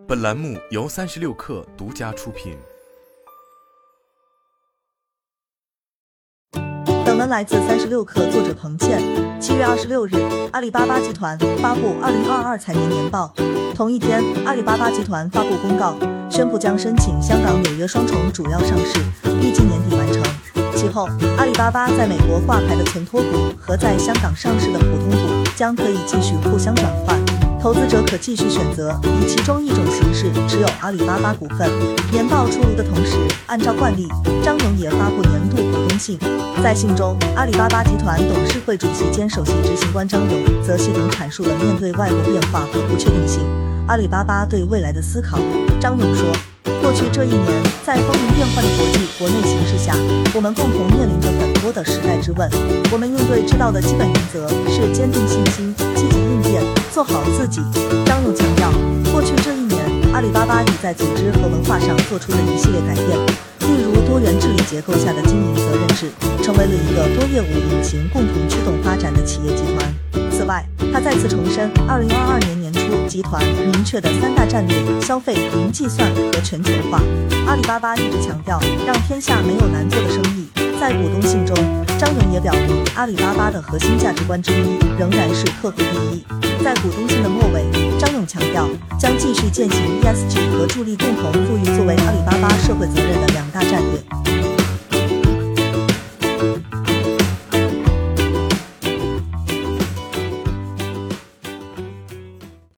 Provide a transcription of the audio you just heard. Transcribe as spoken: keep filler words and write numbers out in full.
本栏目由三十六氪独家出品。 本文来自三十六氪，作者彭倩。七月二十六日，阿里巴巴集团发布二零二二财年年报。同一天，阿里巴巴集团发布公告，宣布将申请香港、纽约双重主要上市，预计年底完成。其后，阿里巴巴在美国挂牌的存托股和在香港上市的普通股将可以继续互相转换，投资者可继续选择以其中一种形式持有阿里巴巴股份。年报出炉的同时，按照惯例，张勇也发布年度股东信。在信中，阿里巴巴集团董事会主席兼首席执行官张勇则系统阐述了面对外部变化和不确定性，阿里巴巴对未来的思考。张勇说，过去这一年，在风云变幻的国际国内形势下，我们共同面临着很多的时代之问。我们应对之道的基本原则是坚定信心、积极应变、做好自己。张勇强调，过去这一年，阿里巴巴已在组织和文化上做出了一系列改变，例如多元治理结构下的经营责任制，成为了一个多业务引擎共同驱动发展的企业集团。此外，他再次重申二零二二年年初集团明确的三大战略：消费、云计算和全球化。阿里巴巴一直强调让天下没有难做的生意。在股东信中，张勇也表明，阿里巴巴的核心价值观之一仍然是客户第一。在股东信的末尾，张勇强调将继续践行 E S G 和助力共同富裕作为阿里巴巴社会责任的两大战略。